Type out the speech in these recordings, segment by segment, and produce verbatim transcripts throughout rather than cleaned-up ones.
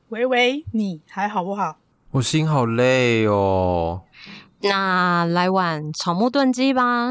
喂喂，你还好不好？ 我心好累哦。 那来碗草木炖鸡吧。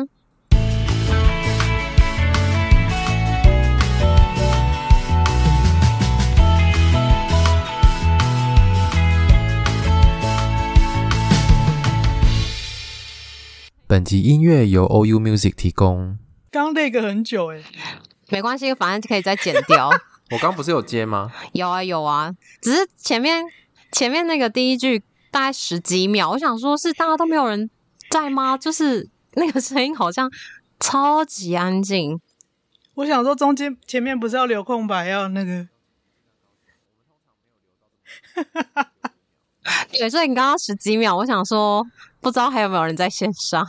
本集音乐由 O U Music 提供。 刚那个很久诶， 没关系，反正可以再剪掉。 我刚不是有接吗？ 有啊有啊，只是前面前面那个第一句大概十几秒，我想说是大家都没有人在吗？就是那个声音好像超级安静。 我想说中间前面不是要留空白，要那个对，所以你刚刚十几秒，我想说不知道还有没有人在线上。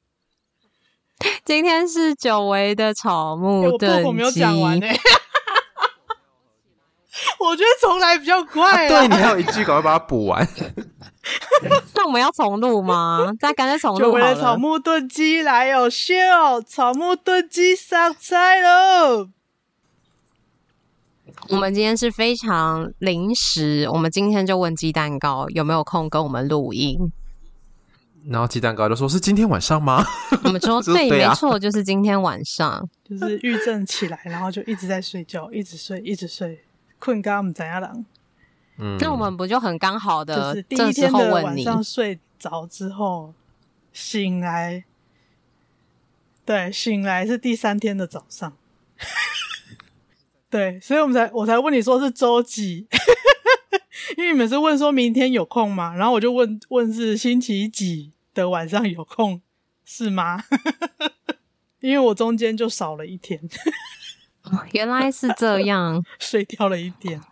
今天是久违的草木炖鸡、 欸、我破口没有讲完欸我觉得重来比较快、啊啊、对，你还有一句，赶快把它补完。 那我们要重录吗？再干脆重录好了。 久违的草木炖鸡来哦，秀草木炖鸡上菜喽！ 我们今天是非常临时，我们今天就问鸡蛋糕有没有空跟我们录音， 然后鸡蛋糕就说是今天晚上吗？ 我们说对， 对、啊、 没错，就是今天晚上。 就是郁症起来，然后就一直在睡觉，一直睡，一直睡，困到不知道人。 嗯， 那我们不就很刚好的， 就是第一天的晚上睡着之后醒来，对，醒来是第三天的早上。对，所以我们才我才问你说是周几，因为你们是问说明天有空吗？然后我就问问是星期几的晚上有空，是吗？因为我中间就少了一天。 原来是这样， 睡掉了一天，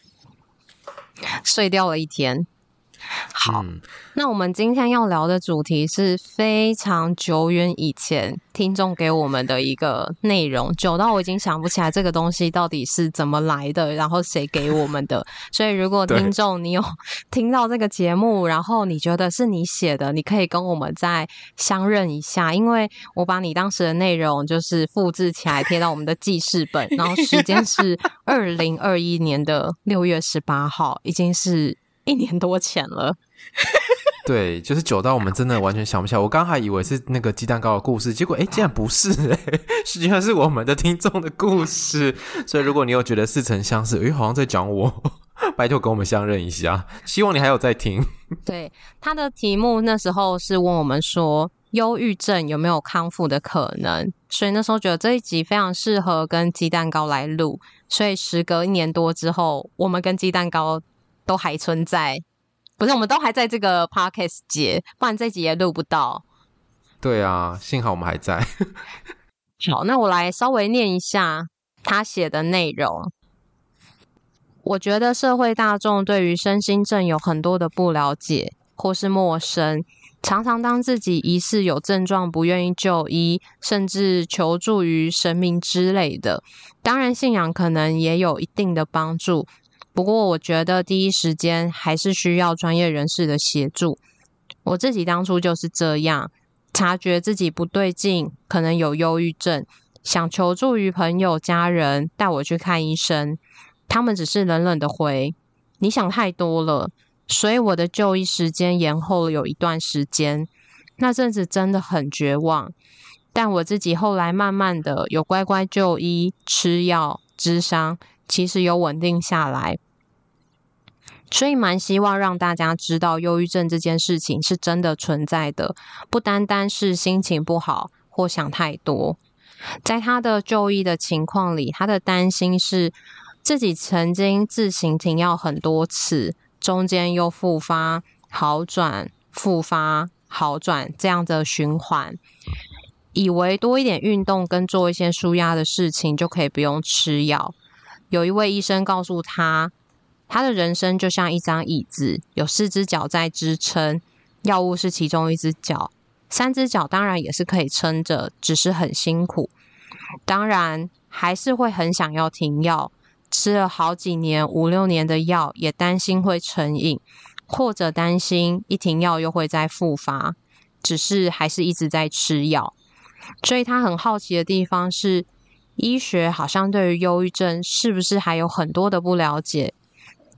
睡掉了一天。好、 嗯， 那我们今天要聊的主题是非常久远以前听众给我们的一个内容，久到我已经想不起来这个东西到底是怎么来的，然后谁给我们的。所以如果听众你有听到这个节目，然后你觉得是你写的，你可以跟我们再相认一下，因为我把你当时的内容就是复制起来贴到我们的记事本，然后时间是二零二一年的六月十八号，已经是一年多前了。 对，就是久到我们真的完全想不起来。我刚还以为是那个鸡蛋糕的故事，结果诶竟然不是诶，实际上是我们的听众的故事。所以如果你有觉得似曾相识，诶好像在讲我，拜托跟我们相认一下。希望你还有在听。 对，他的题目那时候是问我们说忧郁症有没有康复的可能，所以那时候觉得这一集非常适合跟鸡蛋糕来录，所以时隔一年多之后，我们跟鸡蛋糕都还存在，不是，我们都还在这个 podcast 节，不然这集也录不到。 对啊，幸好我们还在。 好，那我来稍微念一下他写的内容。我觉得社会大众对于身心症有很多的不了解或是陌生，常常当自己疑似有症状不愿意就医，甚至求助于神明之类的。当然信仰可能也有一定的帮助，不过我觉得第一时间还是需要专业人士的协助。我自己当初就是这样，察觉自己不对劲，可能有忧郁症，想求助于朋友家人带我去看医生，他们只是冷冷的回你想太多了，所以我的就医时间延后了有一段时间。那阵子真的很绝望，但我自己后来慢慢的有乖乖就医，吃药咨商，其实有稳定下来。所以蛮希望让大家知道忧郁症这件事情是真的存在的，不单单是心情不好或想太多。在他的就医的情况里，他的担心是自己曾经自行停药很多次，中间又复发好转复发好转这样的循环，以为多一点运动跟做一些抒压的事情就可以不用吃药。有一位医生告诉他，他的人生就像一张椅子，有四只脚在支撑，药物是其中一只脚，三只脚当然也是可以撑着，只是很辛苦。当然还是会很想要停药，吃了好几年五六年的药，也担心会成瘾，或者担心一停药又会再复发，只是还是一直在吃药。所以他很好奇的地方是，医学好像对于忧郁症是不是还有很多的不了解，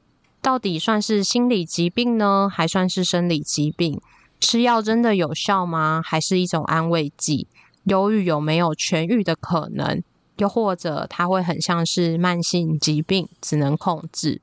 到底算是心理疾病呢，还算是生理疾病？吃药真的有效吗？还是一种安慰剂？忧郁有没有痊愈的可能？又或者它会很像是慢性疾病，只能控制？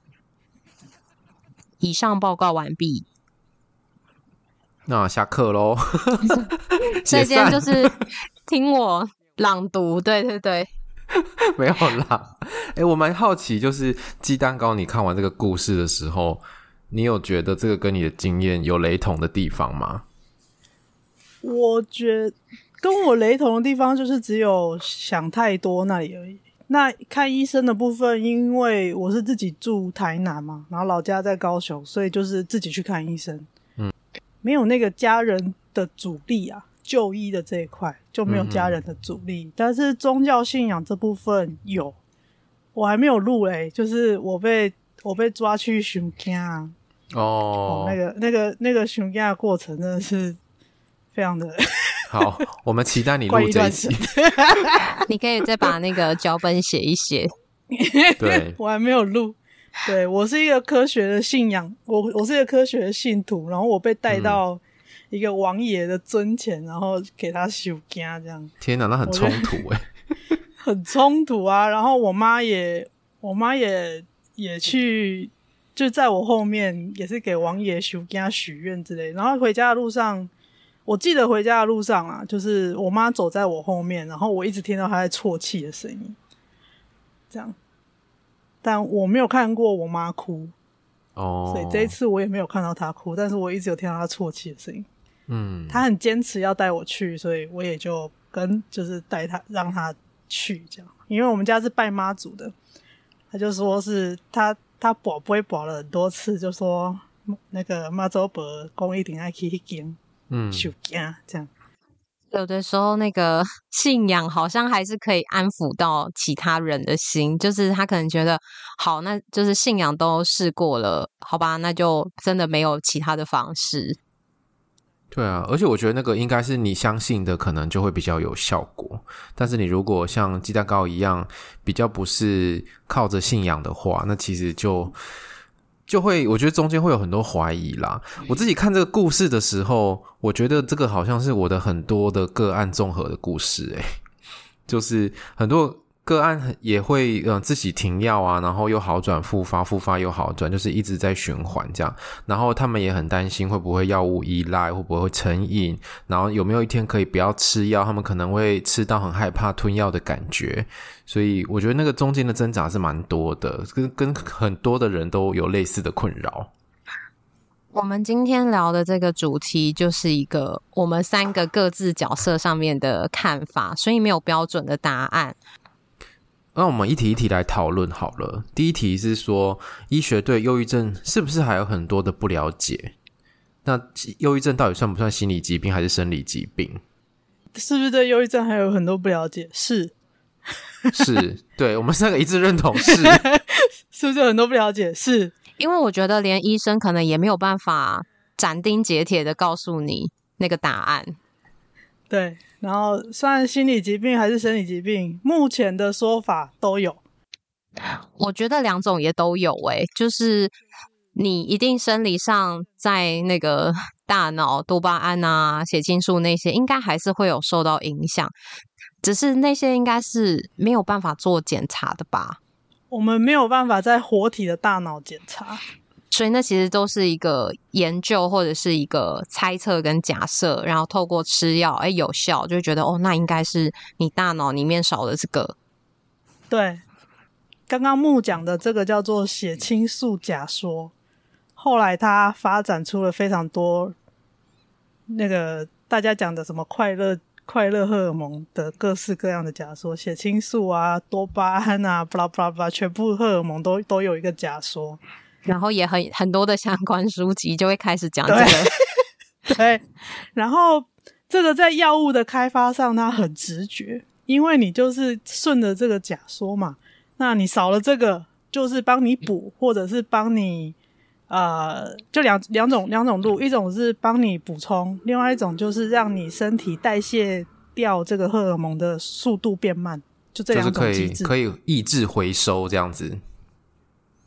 以上报告完毕。 那下课咯所以今天就是听我朗读，对对对。 没有啦。欸，我蛮好奇，就是鸡蛋糕你看完这个故事的时候，你有觉得这个跟你的经验有雷同的地方吗？ 我觉得跟我雷同的地方就是只有想太多那里而已。那看医生的部分，因为我是自己住台南嘛，然后老家在高雄，所以就是自己去看医生。嗯，没有那个家人的阻力啊，就医的这一块就没有家人的阻力。嗯，但是宗教信仰这部分有，我还没有录嘞，就是我被我被抓去熊家哦, 哦，那个那个那个熊家的过程真的是非常的好，我们期待你录这一集。 你可以再把那个脚本写一写。 对， 我还没有录。对，我是一个科学的信仰，我我是一个科学的信徒，然后我被带到一个王爷的尊前，然后给他修家这样。 天哪，那很冲突欸。 很冲突啊！然后我妈也，我妈也也去，就在我后面，也是给王爷修家许愿之类。然后回家的路上。我记得回家的路上啊，就是我妈走在我后面，然后我一直听到她在啜泣的声音，这样。但我没有看过我妈哭，哦，所以这一次我也没有看到她哭，但是我一直有听到她啜泣的声音。嗯，她很坚持要带我去，所以我也就跟就是带她让她去这样，因为我们家是拜妈祖的，她就说是她她跋杯跋了很多次，就说那个妈祖婆讲一定要去那间。嗯，受惊这样。 有的时候那个信仰好像还是可以安抚到其他人的心，就是他可能觉得好，那就是信仰都试过了，好吧，那就真的没有其他的方式。 对啊，而且我觉得那个应该是你相信的，可能就会比较有效果。但是你如果像鸡蛋糕一样，比较不是靠着信仰的话，那其实就就会，我觉得中间会有很多怀疑啦。我自己看这个故事的时候，我觉得这个好像是我的很多的个案综合的故事欸，就是很多个案也会呃自己停药啊，然后又好转复发，复发又好转，就是一直在循环这样。然后他们也很担心会不会药物依赖，会不会会成瘾，然后有没有一天可以不要吃药，他们可能会吃到很害怕吞药的感觉。所以我觉得那个中间的挣扎是蛮多的，跟跟很多的人都有类似的困扰。 我们今天聊的这个主题就是一个我们三个各自角色上面的看法，所以没有标准的答案。 那我们一题一题来讨论好了。第一题是说，医学对忧郁症是不是还有很多的不了解？那忧郁症到底算不算心理疾病还是生理疾病？ 是不是对忧郁症还有很多不了解？是。 是，对，我们三个一致认同是。 是不是有很多不了解？是。 因为我觉得连医生可能也没有办法斩钉截铁的告诉你那个答案。 对，然后算心理疾病还是生理疾病，目前的说法都有。 我觉得两种也都有欸，就是你一定生理上在那个大脑多巴胺啊、血清素那些应该还是会有受到影响，只是那些应该是没有办法做检查的吧。 我们没有办法在活体的大脑检查， 所以那其实都是一个研究或者是一个猜测跟假设，然后透过吃药哎有效，就会觉得哦那应该是你大脑里面少了这个。 对，刚刚木讲的这个叫做血清素假说，后来它发展出了非常多那个大家讲的什么快乐快乐荷尔蒙的各式各样的假说，血清素啊、多巴胺啊、巴拉巴拉巴拉，全部荷尔蒙都都有一个假说， 然后也很很多的相关书籍就会开始讲这个。 对，对，然后这个在药物的开发上它很直觉，因为你就是顺着这个假说嘛，那你少了这个就是帮你补，或者是帮你呃，就两两种两种路，一种是帮你补充，另外一种就是让你身体代谢掉这个荷尔蒙的速度变慢，就这两种机制， 就是可以可以抑制回收这样子。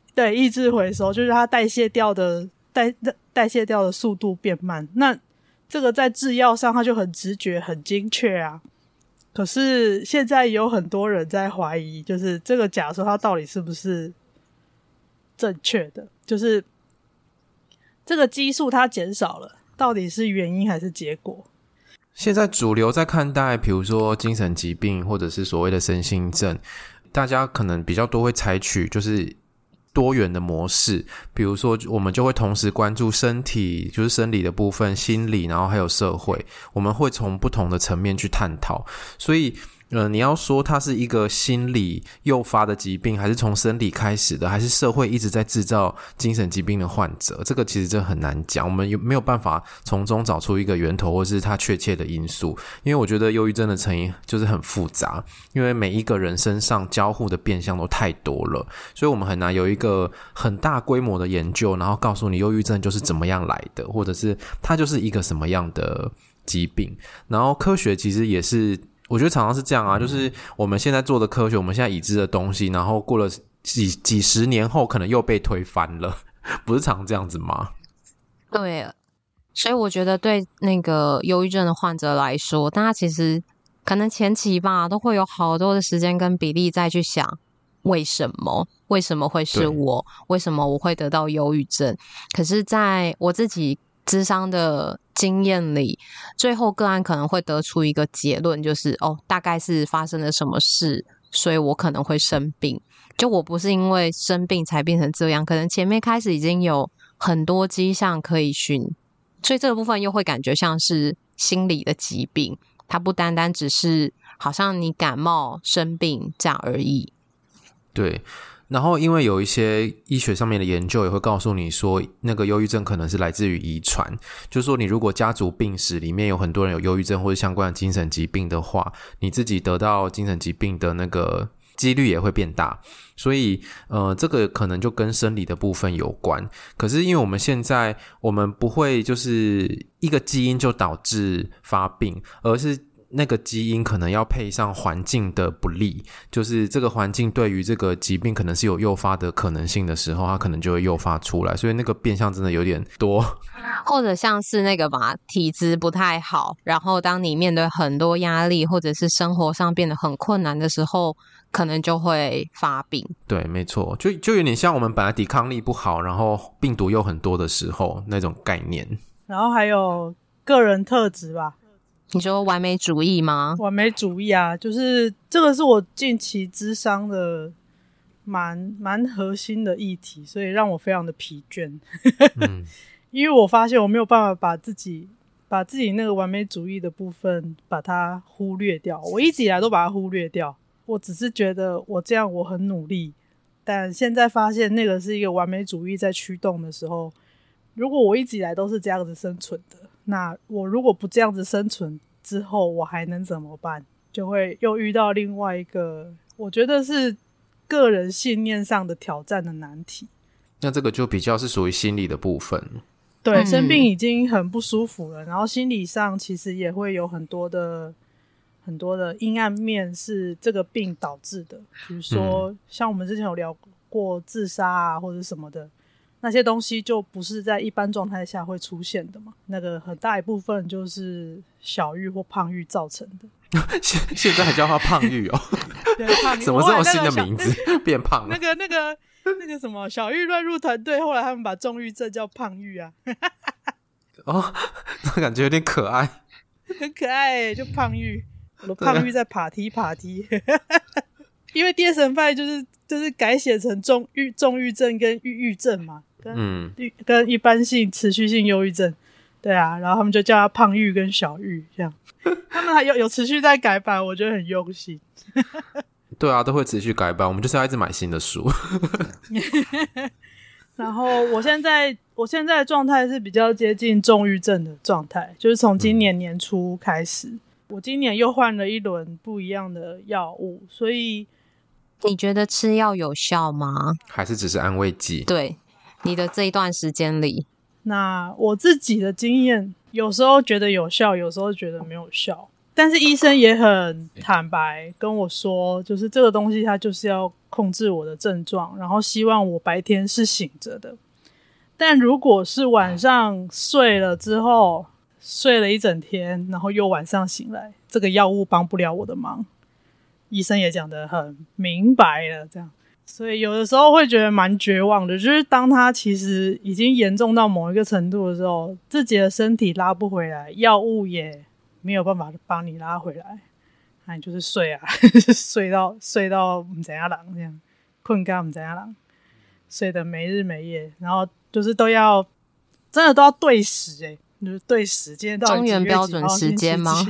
对，抑制回收，就是它代谢掉的代代谢掉的速度变慢。那这个在制药上它就很直觉很精确啊。可是现在有很多人在怀疑，就是这个假说它到底是不是正确的，就是这个基数它减少了，到底是原因还是结果？ 现在主流在看待比如说精神疾病或者是所谓的身心症，大家可能比较多会采取就是多元的模式，比如说我们就会同时关注身体，就是生理的部分，心理，然后还有社会，我们会从不同的层面去探讨。所以呃，你要说它是一个心理诱发的疾病，还是从生理开始的，还是社会一直在制造精神疾病的患者，这个其实真的很难讲，我们没有办法从中找出一个源头或是它确切的因素。因为我觉得忧郁症的成因就是很复杂，因为每一个人身上交互的变项都太多了，所以我们很难有一个很大规模的研究，然后告诉你忧郁症就是怎么样来的，或者是它就是一个什么样的疾病。然后科学其实也是我觉得常常是这样啊，就是我们现在做的科学，我们现在已知的东西，然后过了几几十年后可能又被推翻了，不是常这样子吗？ 对，所以我觉得对那个忧郁症的患者来说，大家其实可能前期吧都会有好多的时间跟比例再去想为什么为什么会是我，为什么我会得到忧郁症。可是在我自己諮商的经验里，最后个案可能会得出一个结论，就是哦，大概是发生了什么事，所以我可能会生病。就我不是因为生病才变成这样，可能前面开始已经有很多迹象可以寻，所以这个部分又会感觉像是心理的疾病，它不单单只是好像你感冒生病这样而已。 对，然后因为有一些医学上面的研究也会告诉你说，那个忧郁症可能是来自于遗传，就是说你如果家族病史里面有很多人有忧郁症或者相关的精神疾病的话，你自己得到精神疾病的那个几率也会变大。所以呃，这个可能就跟生理的部分有关。可是因为我们现在我们不会就是一个基因就导致发病，而是那个基因可能要配上环境的不利，就是这个环境对于这个疾病可能是有诱发的可能性的时候，它可能就会诱发出来，所以那个变相真的有点多。 或者像是那个吧，体质不太好，然后当你面对很多压力或者是生活上变得很困难的时候，可能就会发病。 对，没错，就就有点像我们本来抵抗力不好，然后病毒又很多的时候那种概念。 然后还有个人特质吧。 你说完美主义吗？ 完美主义啊，就是这个是我近期諮商的蛮蛮核心的议题，所以让我非常的疲倦。嗯，因为我发现我没有办法把自己把自己那个完美主义的部分把它忽略掉，我一直以来都把它忽略掉，我只是觉得我这样我很努力，但现在发现那个是一个完美主义在驱动的时候，如果我一直以来都是这样子生存的，那我如果不这样子生存之后我还能怎么办？就会又遇到另外一个我觉得是个人信念上的挑战的难题。 那这个就比较是属于心理的部分。 对，生病已经很不舒服了，然后心理上其实也会有很多的很多的阴暗面是这个病导致的，比如说、嗯、像我们之前有聊过自杀啊或者什么的，那些东西就不是在一般状态下会出现的嘛，那个很大一部分就是小郁或胖郁造成的。 现现在还叫他胖郁哦？ 对，胖郁。 什么这种新的名字？那个、变胖了？ 那个那个那个什么小郁乱入团队，后来他们把重郁症叫胖郁啊。 哦，那感觉有点可爱， 很可爱耶，就胖郁。我的胖郁在爬梯爬梯。因为 D S M 五 就是就是改写成重郁重郁症跟郁郁症嘛，跟、嗯、跟一般性持续性忧郁症，对啊，然后他们就叫他胖郁跟小郁这样，他们还有有持续在改版，我觉得很用心。 对啊，都会持续改版，我们就是要一直买新的书。 然后我现在我现在的状态是比较接近重郁症的状态，就是从今年年初开始、嗯、我今年又换了一轮不一样的药物，所以你觉得吃药有效吗？ 还是只是安慰剂？ 对，你的这一段时间里， 那我自己的经验有时候觉得有效，有时候觉得没有效， 但是医生也很坦白跟我说，就是这个东西它就是要控制我的症状，然后希望我白天是醒着的。但如果是晚上睡了之后，睡了一整天，然后又晚上醒来，这个药物帮不了我的忙。医生也讲得很明白了，这样。所以有的时候会觉得蛮绝望的，就是当他其实已经严重到某一个程度的时候，自己的身体拉不回来，药物也没有办法帮你拉回来，那你就是睡啊，睡到睡到不知道人这样，困到不知道人，睡得没日没夜，然后就是都要真的都要对时欸，就是对时，今天到底中原标准时间吗？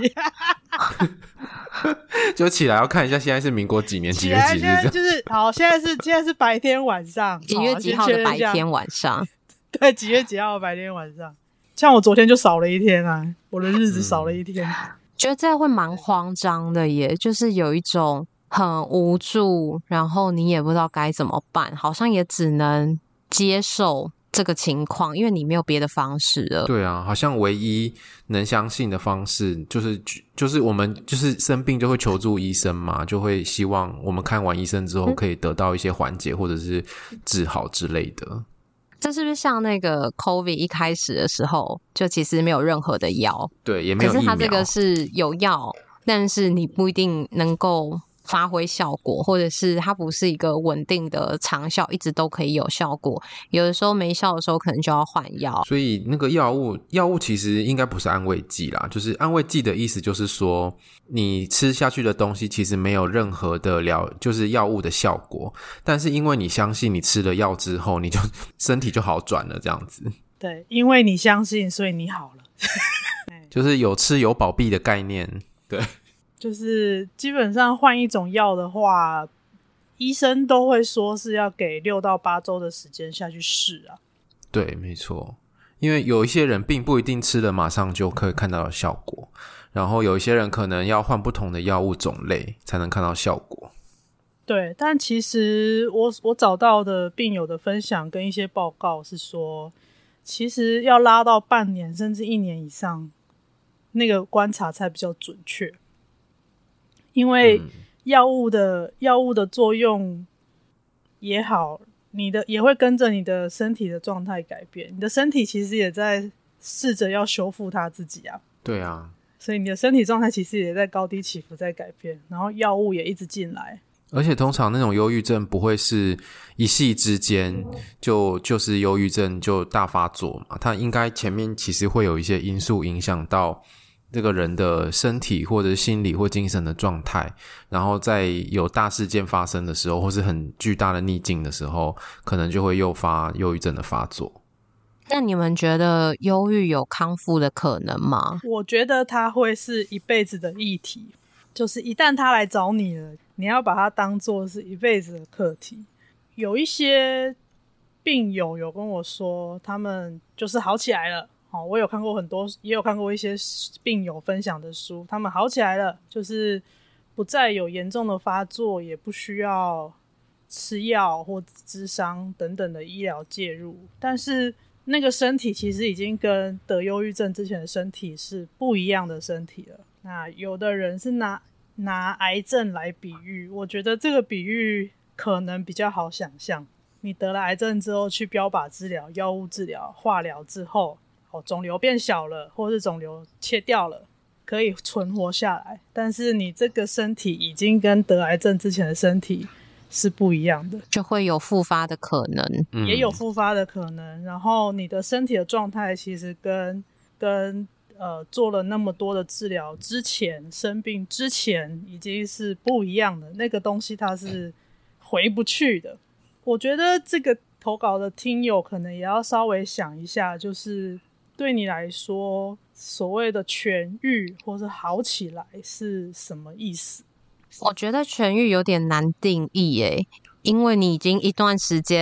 就起来要看一下现在是民国几年几月几日这样， 就是好，现在是现在是白天晚上， 几月几号的白天晚上？ 对，几月几号的白天晚上？像我昨天就少了一天啊，我的日子少了一天，嗯、 觉得这会蛮慌张的耶，就是有一种很无助，然后你也不知道该怎么办，好像也只能接受这个情况，因为你没有别的方式了。 对啊，好像唯一能相信的方式就是就是我们就是生病就会求助医生嘛，就会希望我们看完医生之后可以得到一些缓解或者是治好之类的。 这是不是像那个 COVID 一开始的时候就其实没有任何的药？ 对，也没有疫苗。 可是它这个是有药，但是你不一定能够发挥效果，或者是它不是一个稳定的长效，一直都可以有效果，有的时候没效的时候可能就要换药。 所以那个药物药物其实应该不是安慰剂啦，就是安慰剂的意思就是说你吃下去的东西其实没有任何的疗就是药物的效果，但是因为你相信你吃了药之后你就身体就好转了这样子。 对，因为你相信所以你好了就是有吃有保庇的概念。对， 就是基本上换一种药的话，医生都会说是要给六到八周的时间下去试啊。 对，没错，因为有一些人并不一定吃了马上就可以看到效果，然后有一些人可能要换不同的药物种类才能看到效果。 对，但其实我我找到的病友的分享跟一些报告是说，其实要拉到半年甚至一年以上，那个观察才比较准确。因为药物的药物的作用也好，你的也会跟着你的身体的状态改变，你的身体其实也在试着要修复它自己啊。 对啊， 所以你的身体状态其实也在高低起伏在改变，然后药物也一直进来。 而且通常那种忧郁症不会是一夕之间就就是忧郁症就大发作嘛，它应该前面其实会有一些因素影响到这个人的身体或者心理或精神的状态，然后在有大事件发生的时候或是很巨大的逆境的时候，可能就会诱发忧郁症的发作。 那你们觉得忧郁有康复的可能吗？ 我觉得它会是一辈子的议题，就是一旦他来找你了，你要把它当作是一辈子的课题。有一些病友有跟我说他们就是好起来了，哦，我有看过很多，也有看过一些病友分享的书，他们好起来了，就是不再有严重的发作，也不需要吃药或咨商等等的医疗介入，但是那个身体其实已经跟得忧郁症之前的身体是不一样的身体了。那有的人是拿拿癌症来比喻，我觉得这个比喻可能比较好想象。你得了癌症之后去标靶治疗、药物治疗、化疗之后，哦，肿瘤变小了，或是肿瘤切掉了，可以存活下来，但是你这个身体已经跟得癌症之前的身体是不一样的， 就会有复发的可能、 嗯、 也有复发的可能。然后你的身体的状态其实跟跟呃做了那么多的治疗之前，生病之前已经是不一样的，那个东西它是回不去的。我觉得这个投稿的听友可能也要稍微想一下，就是对你来说所谓的痊愈或是好起来是什么意思？ 我觉得痊愈有点难定义耶，因为你已经一段时间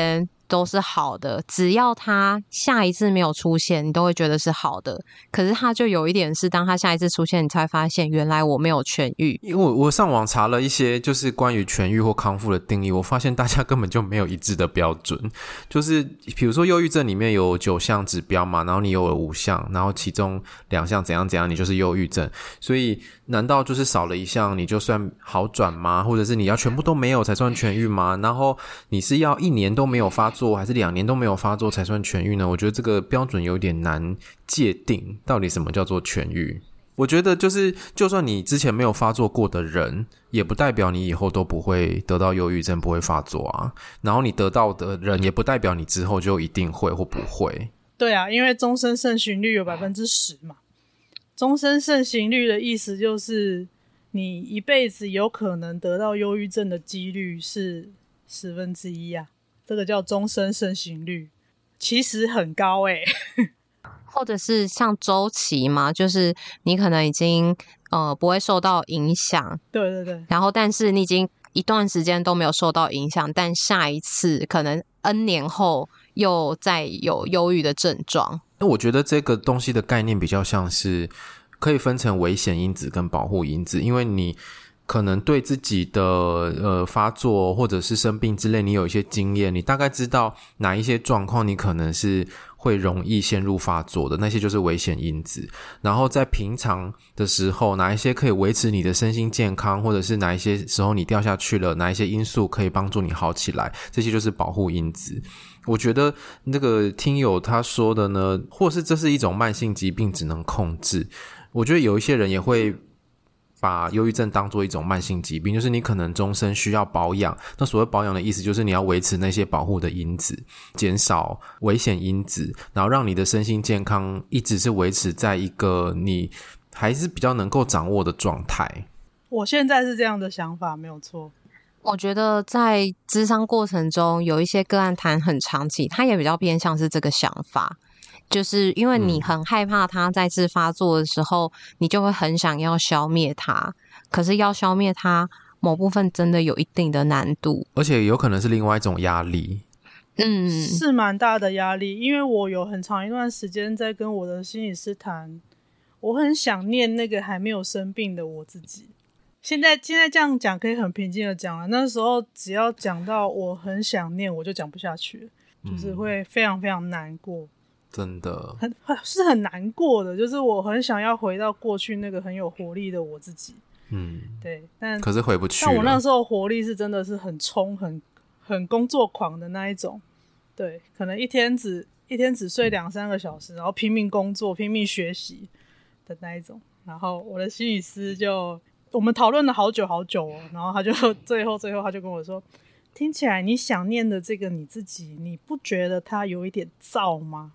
都是好的，只要他下一次没有出现，你都会觉得是好的。可是他就有一点是，当他下一次出现，你才发现原来我没有痊愈。 因为我我上网查了一些就是关于痊愈或康复的定义，我发现大家根本就没有一致的标准。就是比如说忧郁症里面有九项指标嘛，然后你有了五项，然后其中两项怎样怎样，你就是忧郁症。所以难道就是少了一项你就算好转吗？或者是你要全部都没有才算痊愈吗？然后你是要一年都没有发作还是两年都没有发作才算痊愈呢？我觉得这个标准有点难界定，到底什么叫做痊愈。我觉得就是就算你之前没有发作过的人，也不代表你以后都不会得到忧郁症不会发作啊，然后你得到的人也不代表你之后就一定会或不会。 对啊，因为终身盛行率有 百分之十 嘛，终身盛行率的意思就是你一辈子有可能得到忧郁症的几率是十分之一啊，这个叫终身盛行率，其实很高欸。 或者是像周期嘛，就是你可能已经呃不会受到影响， 对对对， 然后但是你已经一段时间都没有受到影响，但下一次可能 N 年后又再有忧郁的症状。 那我觉得这个东西的概念比较像是可以分成危险因子跟保护因子，因为你可能对自己的呃发作或者是生病之类你有一些经验，你大概知道哪一些状况你可能是会容易陷入发作的，那些就是危险因子。然后在平常的时候哪一些可以维持你的身心健康，或者是哪一些时候你掉下去了，哪一些因素可以帮助你好起来，这些就是保护因子。我觉得那个听友他说的呢，或是这是一种慢性疾病只能控制，我觉得有一些人也会把忧郁症当作一种慢性疾病，就是你可能终身需要保养。那所谓保养的意思就是你要维持那些保护的因子，减少危险因子，然后让你的身心健康一直是维持在一个你还是比较能够掌握的状态。 我现在是这样的想法，没有错。 我觉得在諮商过程中有一些个案谈很长期，他也比较偏向是这个想法，就是因为你很害怕他再次发作的时候、嗯、你就会很想要消灭他，可是要消灭他某部分真的有一定的难度， 而且有可能是另外一种压力。 嗯， 是蛮大的压力，因为我有很长一段时间在跟我的心理师谈，我很想念那个还没有生病的我自己。现在现在这样讲可以很平静的讲了，那时候只要讲到我很想念我就讲不下去了、嗯、就是会非常非常难过， 真的很是很难过的，就是我很想要回到过去那个很有活力的我自己。嗯，对，但可是回不去了。 但我那时候活力是真的是很冲很很工作狂的那一种，对，可能一天只一天只睡两三个小时，然后拼命工作拼命学习的那一种。然后我的心理师就我们讨论了好久好久哦，然后他就最后最后他就跟我说，听起来你想念的这个你自己，你不觉得他有一点燥吗？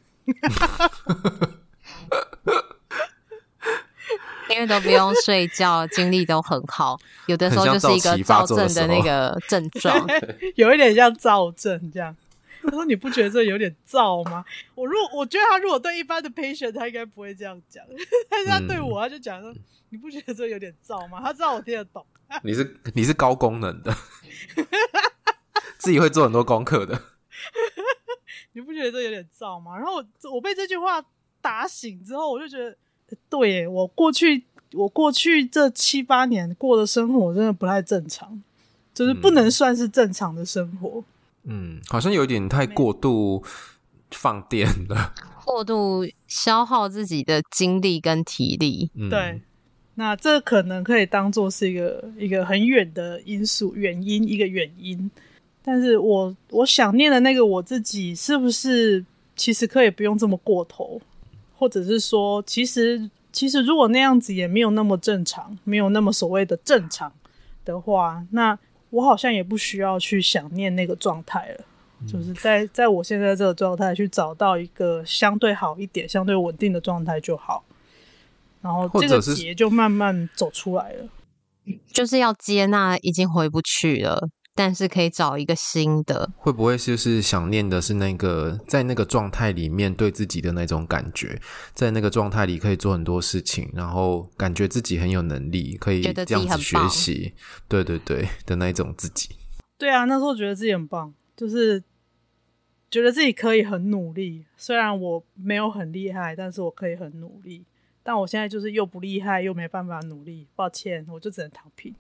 因为都不用睡觉，精力都很好，有的时候就是一个躁症的那个症状， 有一点像躁症这样。他说你不觉得这有点躁吗？我如果我觉得他如果对一般的 patient 他应该不会这样讲，但是他对我他就讲说、嗯、你不觉得这有点躁吗？他知道我听得懂。 你是你是高功能的自己会做很多功课的你不觉得这有点躁吗？然后 我, 我被这句话打醒之后，我就觉得对耶，我过去我过去这七八年过的生活真的不太正常，就是不能算是正常的生活。 嗯，好像有点太过度放电了， 过度消耗自己的精力跟体力。 嗯、对，那这可能可以当作是一个一个很远的因素原因，一个原因。但是我我想念的那个我自己，是不是其实可以不用这么过头，或者是说，其实其实如果那样子也没有那么正常，没有那么所谓的正常的话，那我好像也不需要去想念那个状态了，嗯、就是在在我现在这个状态去找到一个相对好一点、相对稳定的状态就好，然后这个结就慢慢走出来了。 就是要接纳已经回不去了，但是可以找一个新的。 会不会就是想念的是那个在那个状态里面对自己的那种感觉，在那个状态里可以做很多事情，然后感觉自己很有能力，可以这样子学习，对对对的那一种自己。 对啊，那时候觉得自己很棒，就是觉得自己可以很努力，虽然我没有很厉害，但是我可以很努力。但我现在就是又不厉害又没办法努力，抱歉，我就只能躺平。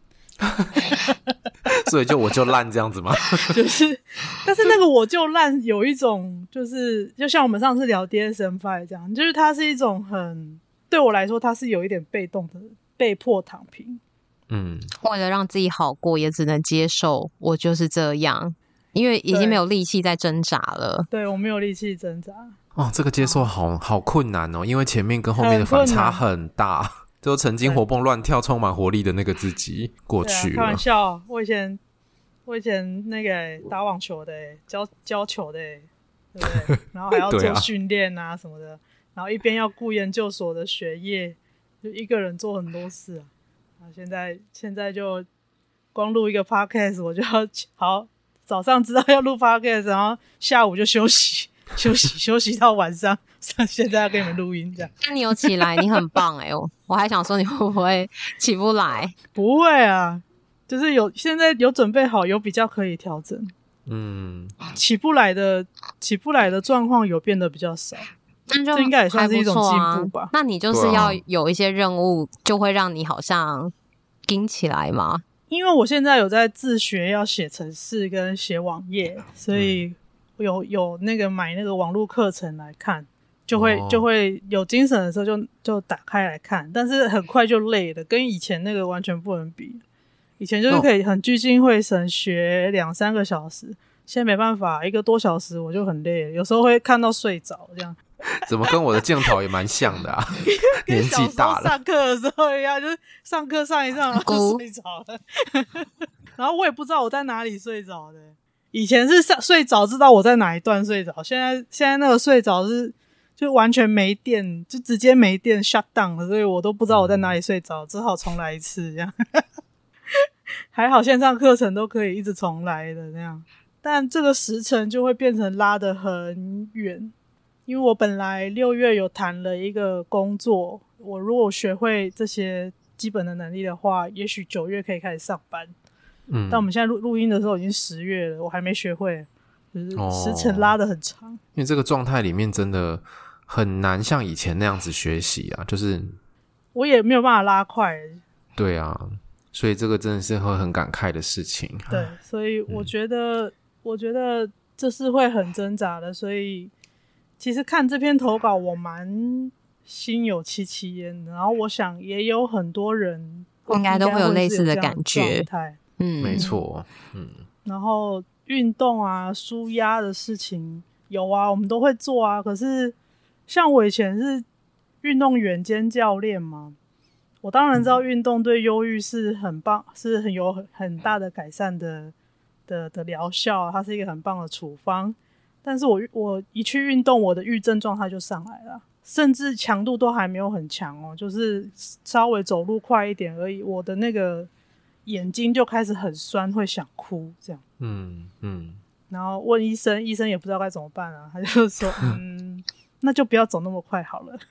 所以就我就烂这样子吗？ 就是，但是那个我就烂有一种就是就像我们上次聊 D S M 五 这样，就是它是一种很对我来说它是有一点被动的被迫躺平。 嗯， 为了让自己好过也只能接受我就是这样，因为已经没有力气再挣扎了。 对，我没有力气挣扎。 哦，这个接受好好困难哦，因为前面跟后面的反差很大，就曾经活蹦乱跳充满活力的那个自己过去了。 啊、开玩笑，我以前我以前那个打网球的教教球的，对不对？然后还要做训练啊什么的，然后一边要顾研究所的学业，就一个人做很多事啊。然后现在现在就光录一个 podcast 我就要好早上知道要录 podcast， 然后下午就休息休息休息到晚上，现在要跟你们录音这样。 那你有起来，你很棒哎、欸！我还想说你会不会起不来？ 不会啊，就是有现在有准备好，有比较可以调整。 嗯， 起不来的起不来的状况有变得比较少， 那就这应该也算是一种进步吧。 啊、那你就是要有一些任务，就会让你好像盯起来吗？ 因为我现在有在自学要写程式跟写网页，所以有有那个买那个网络课程来看，就会、哦、就会有精神的时候就就打开来看，但是很快就累了，跟以前那个完全不能比。以前就是可以很聚精会神学两三个小时，现在没办法，一个多小时我就很累了，有时候会看到睡着这样。 怎么跟我的镜头也蛮像的啊？年纪大了， 上课的时候一样，就是上课上一上然后就睡着了，然后我也不知道我在哪里睡着的。以前是睡着知道我在哪一段睡着，现在现在那个睡着是就完全没电，就直接没电 shut down 了，所以我都不知道我在哪里睡着，只好重来一次这样。还好线上课程都可以一直重来的那样，但这个时程就会变成拉得很远。因为我本来六月有谈了一个工作，我如果学会这些基本的能力的话，也许九月可以开始上班。嗯，但我们现在录录音的时候已经十月了，我还没学会，就是时程拉得很长。哦， 因为这个状态里面真的很难像以前那样子学习啊，就是我也没有办法拉快。 对啊，所以这个真的是会很感慨的事情。 对，所以我觉得、嗯、我觉得这是会很挣扎的，所以其实看这篇投稿我蛮心有戚戚焉的，然后我想也有很多人应该都会有类似的感觉。 嗯，没错。嗯， 然后运动啊舒压的事情有啊，我们都会做啊，可是像我以前是运动员兼教练嘛，我当然知道运动对忧郁是很棒，是很有很很大的改善的的的疗效，它是一个很棒的处方。但是我我一去运动，我的郁症状态就上来了，甚至强度都还没有很强哦，就是稍微走路快一点而已，我的那个眼睛就开始很酸，会想哭这样。嗯嗯。然后问医生，医生也不知道该怎么办啊，他就说，嗯，那就不要走那么快好了。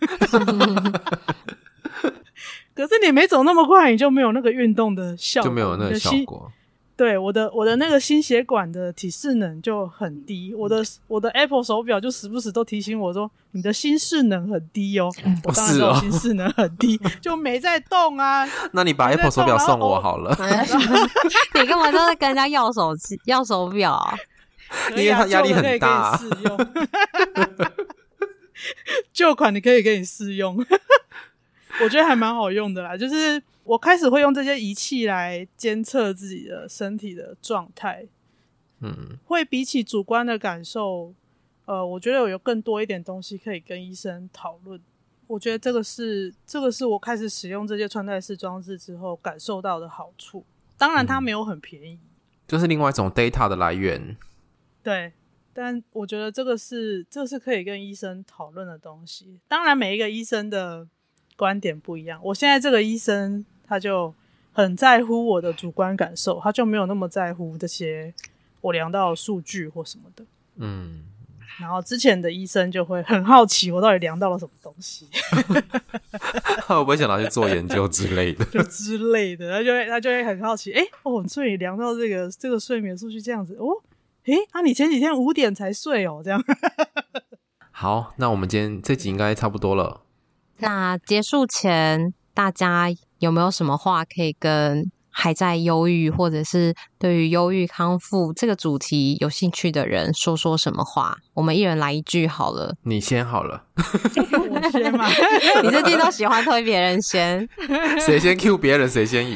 可是你没走那么快，你就没有那个运动的效果， 就没有那个效果。 对，我的我的那个心血管的体适能就很低，我的我的 Apple 手表就时不时都提醒我说你的心适能很低哦。我当然知道我心适能很低，哦，就没在动啊。 那你把 Apple 手表送我好了。 你干嘛都在跟人家要手机要手表啊？ 因为他压力很大，啊。 旧款你可以给你试用。我觉得还蛮好用的啦，就是我开始会用这些仪器来监测自己的身体的状态，嗯，会比起主观的感受，呃，我觉得有更多一点东西可以跟医生讨论。我觉得这个是这个是我开始使用这些穿戴式装置之后感受到的好处。当然它没有很便宜，嗯， 就是另外一种 data 的来源。 对，但我觉得这个是这是可以跟医生讨论的东西。当然每一个医生的观点不一样，我现在这个医生他就很在乎我的主观感受，他就没有那么在乎这些我量到的数据或什么的。嗯，然后之前的医生就会很好奇我到底量到了什么东西。 他会不会想拿去做研究之类的？ 就之类的，他就会他就会很好奇，哎、欸、哦，所以你量到这个这个睡眠数据这样子，哦， 诶啊你前几天五点才睡哦，这样好，那我们今天这集应该差不多了。 那结束前大家有没有什么话可以跟还在忧郁或者是对于忧郁康复这个主题有兴趣的人说说什么话？我们一人来一句好了。 你先好了。 我先嘛你最近都喜欢推别人先谁先 cue 别人谁先赢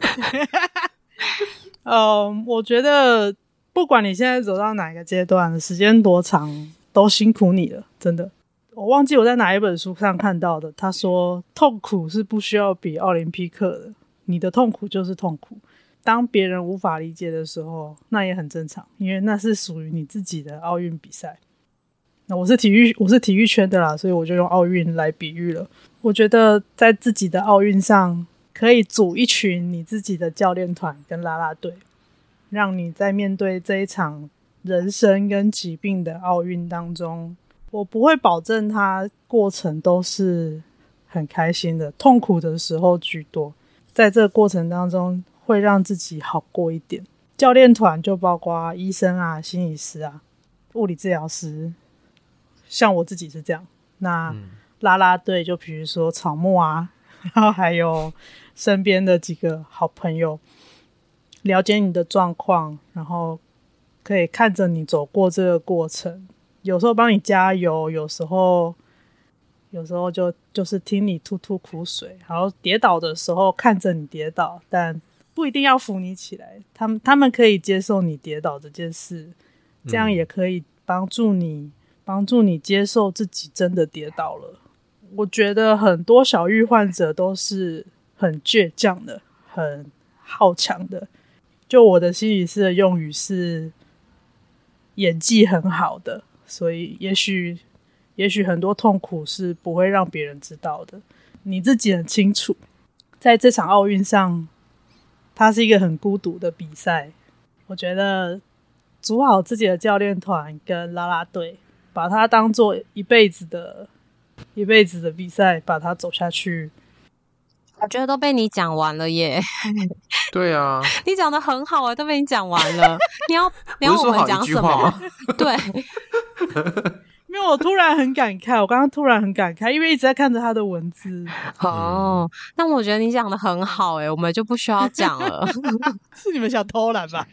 呃，我觉得不管你现在走到哪个阶段，时间多长都辛苦你了，真的。我忘记我在哪一本书上看到的，他说痛苦是不需要比奥林匹克的，你的痛苦就是痛苦。当别人无法理解的时候，那也很正常，因为那是属于你自己的奥运比赛。那我是体育我是体育圈的啦，所以我就用奥运来比喻了。我觉得在自己的奥运上可以组一群你自己的教练团跟啦啦队，让你在面对这一场人生跟疾病的奥运当中，我不会保证它过程都是很开心的，痛苦的时候居多。在这个过程当中会让自己好过一点。教练团就包括医生啊、心理师啊、物理治疗师，像我自己是这样。那、嗯、啦啦队就比如说草木啊，然后还有身边的几个好朋友，了解你的状况，然后可以看着你走过这个过程，有时候帮你加油，有时候有时候就就是听你吐吐苦水，然后跌倒的时候看着你跌倒，但不一定要扶你起来，他们他们可以接受你跌倒这件事，这样也可以帮助你帮助你接受自己真的跌倒了。我觉得很多小郁患者都是很倔强的，很好强的。就我的心理师的用语是演技很好的，所以也许也许很多痛苦是不会让别人知道的，你自己很清楚。在这场奥运上，它是一个很孤独的比赛，我觉得组好自己的教练团跟啦啦队，把它当做一辈子的一辈子的比赛，把它走下去。 我觉得都被你讲完了耶。 对啊， 你讲得很好啊，都被你讲完了。你要你要我们讲什么？对， 因为我突然很感慨，我刚刚突然很感慨，因为一直在看着他的文字。 哦，那我觉得你讲得很好耶，我们就不需要讲了。 是你们想偷懒吧？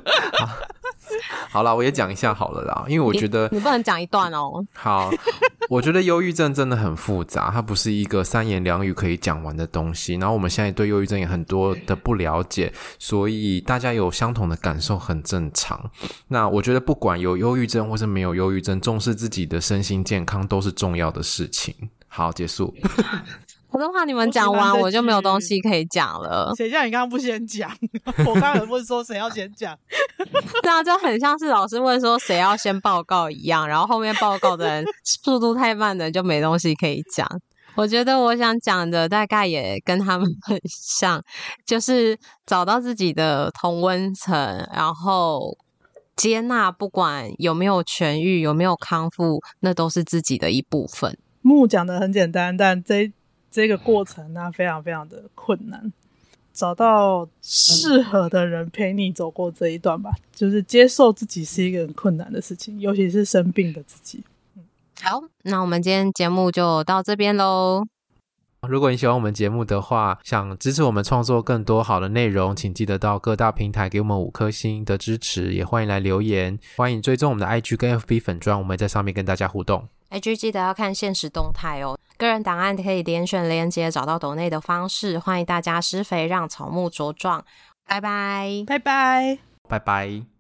好啦，我也讲一下好了啦，因为我觉得你, 你不能讲一段哦。 好，我觉得忧郁症真的很复杂，它不是一个三言两语可以讲完的东西，然后我们现在对忧郁症也很多的不了解，所以大家有相同的感受很正常。那我觉得不管有忧郁症或是没有忧郁症，重视自己的身心健康都是重要的事情。好，结束。 我都怕你们讲完我就没有东西可以讲了。 谁叫你刚刚不先讲？我刚刚问说谁要先讲。 对啊，就很像是老师问说谁要先报告一样，然后后面报告的人速度太慢的人就没东西可以讲。我觉得我想讲的大概也跟他们很像，就是找到自己的同温层，然后接纳不管有没有痊愈有没有康复，那都是自己的一部分。 木讲的很简单，但这这个过程呢、啊，非常非常的困难。找到适合的人陪你走过这一段吧，就是接受自己是一个很困难的事情，尤其是生病的自己。 好，那我们今天节目就到这边咯。 如果你喜欢我们节目的话，想支持我们创作更多好的内容，请记得到各大平台给我们五颗星的支持，也欢迎来留言，欢迎追踪我们的 I G 跟 F B 粉专，我们会在上面跟大家互动。 I G 记得要看限时动态哦，个人档案可以点选连结找到抖内的方式，欢迎大家施肥让草木茁壮。拜拜， 拜拜， 拜拜。